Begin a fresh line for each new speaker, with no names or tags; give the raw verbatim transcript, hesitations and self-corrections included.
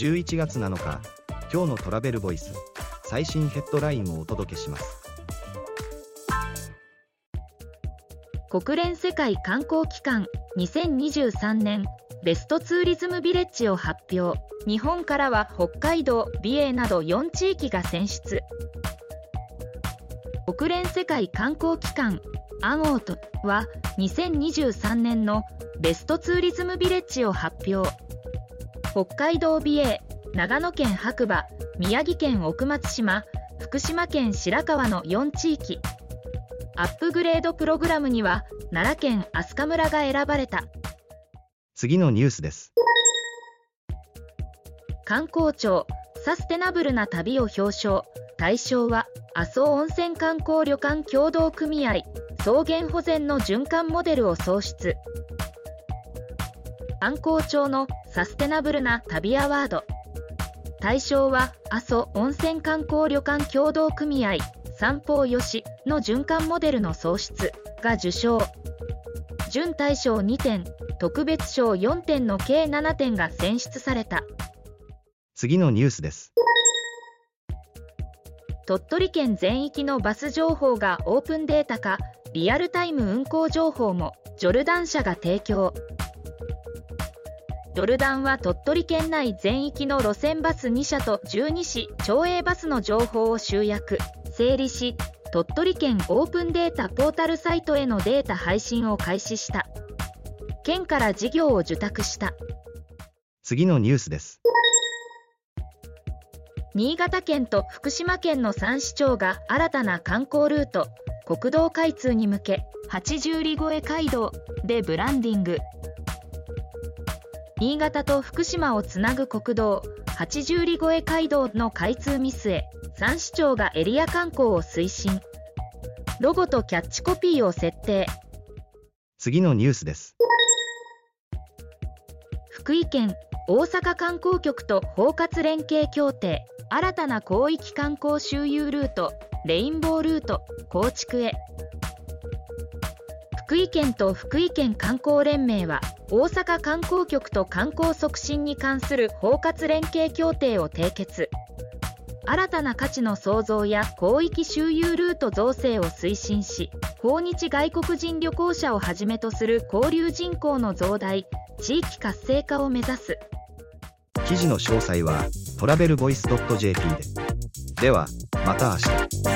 じゅういちがつなのか、今日のトラベルボイス、最新ヘッドラインをお届けします。
国連世界観光機関にせんにじゅうさんねんベストツーリズムビレッジを発表。日本からは北海道、美瑛などよん地域が選出。国連世界観光機関 アゴート はにせんにじゅうさんねんのベストツーリズムビレッジを発表。北海道美瑛、長野県白馬、宮城県奥松島、福島県白河のよん地域。アップグレードプログラムには奈良県明日香村が選ばれた。
次のニュースです。
観光庁サステナブルな旅を表彰。対象は阿蘇温泉観光旅館協同組合。草原保全の循環モデルを創出。観光庁のサステナブルな旅アワード。対象は阿蘇温泉観光旅館協同組合三方よしの循環モデルの創出が受賞。準大賞にてん、特別賞よんてんの計ななてんが選出された。
次のニュースです。
鳥取県全域のバス情報がオープンデータ化。リアルタイム運行情報もジョルダン社が提供。ジョルダンは鳥取県内全域の路線バスにしゃとじゅうにし町営バスの情報を集約、整理し、鳥取県オープンデータポータルサイトへのデータ配信を開始した。県から事業を受託した。
次のニュースです。
新潟県と福島県のさん市町が新たな観光ルート、国道開通に向け八十里越え街道でブランディング。新潟と福島をつなぐ国道八十里越え街道の開通見据え、さん市町がエリア観光を推進。ロゴとキャッチコピーを設定。
次のニュースです。
福井県大阪観光局と包括連携協定、新たな広域観光周遊ルートレインボールート構築へ。福井県と福井県観光連盟は大阪観光局と観光促進に関する包括連携協定を締結。新たな価値の創造や広域周遊ルート造成を推進し、訪日外国人旅行者をはじめとする交流人口の増大、地域活性化を目指す。
記事の詳細はトラベルボイス .ジェーピー で。ではまた明日。